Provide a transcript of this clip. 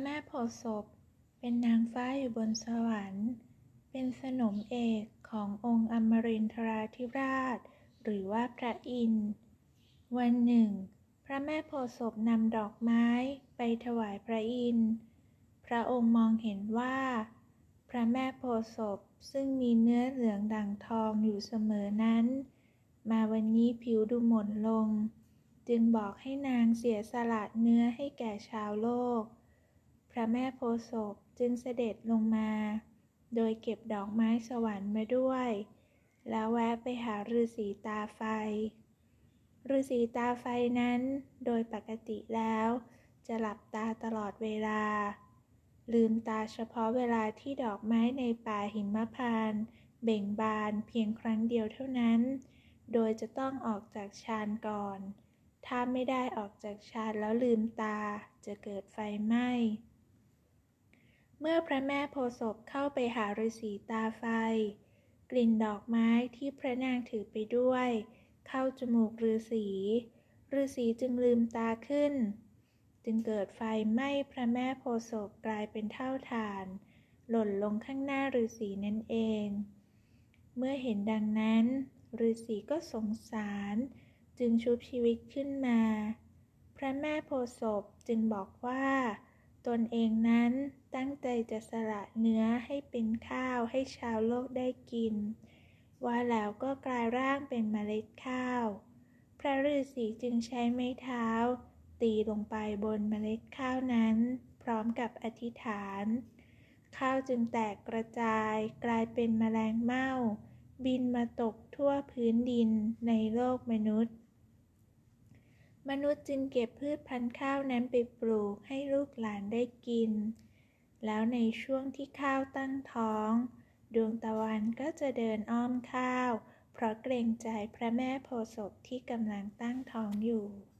แม่โพธิ์ศพเป็นนางฟ้าอยู่บนสวรรค์เป็นสนมเอกขององค์อมรินทราธิราชหรือว่าพระอินทร์วันหนึ่งพระแม่โพธิ์ศพนำดอกไม้ไปถวายพระอินทร์พระองค์มองเห็นว่าพระแม่โพธิ์ศพซึ่งมีเนื้อเหลืองดั่งทองอยู่เสมอนั้นมาวันนี้ผิวดูหม่นลงจึงบอกให้นางเสียสละเนื้อให้แก่ชาวโลกพระแม่โพธิ์ศพจึงเสด็จลงมาโดยเก็บดอกไม้สวรรค์มาด้วยแล้วแวะไปหาฤาษีตาไฟฤาษีตาไฟนั้นโดยปกติแล้วจะหลับตาตลอดเวลาลืมตาเฉพาะเวลาที่ดอกไม้ในป่าหิมพานต์เบ่งบานเพียงครั้งเดียวเท่านั้นโดยจะต้องออกจากฌานก่อนถ้าไม่ได้ออกจากฌานแล้วลืมตาจะเกิดไฟไหม้เมื่อพระแม่โพธิ์ศพเข้าไปหาฤาษีตาไฟกลิ่นดอกไม้ที่พระนางถือไปด้วยเข้าจมูกฤาษีจึงลืมตาขึ้นจึงเกิดไฟไหม้พระแม่โพธิ์ศพกลายเป็นเท่าฐานหล่นลงข้างหน้าฤาษีนั่นเองเมื่อเห็นดังนั้นฤาษีก็สงสารจึงชุบชีวิตขึ้นมาพระแม่โพธิ์ศพจึงบอกว่าตนเองนั้นตั้งใจจะสละเนื้อให้เป็นข้าวให้ชาวโลกได้กินว่าแล้วก็กลายร่างเป็นเมล็ดข้าวพระฤาษีจึงใช้ไม้เท้าตีลงไปบนเมล็ดข้าวนั้นพร้อมกับอธิษฐานข้าวจึงแตกกระจายกลายเป็นแมลงเม่าบินมาตกทั่วพื้นดินในโลกมนุษย์จึงเก็บพืชพันธุ์ข้าวนั้นไปปลูกให้ลูกหลานได้กินแล้วในช่วงที่ข้าวตั้งท้องดวงตะวันก็จะเดินอ้อมข้าวเพราะเกรงใจพระแม่โพธิ์ศพที่กำลังตั้งท้องอยู่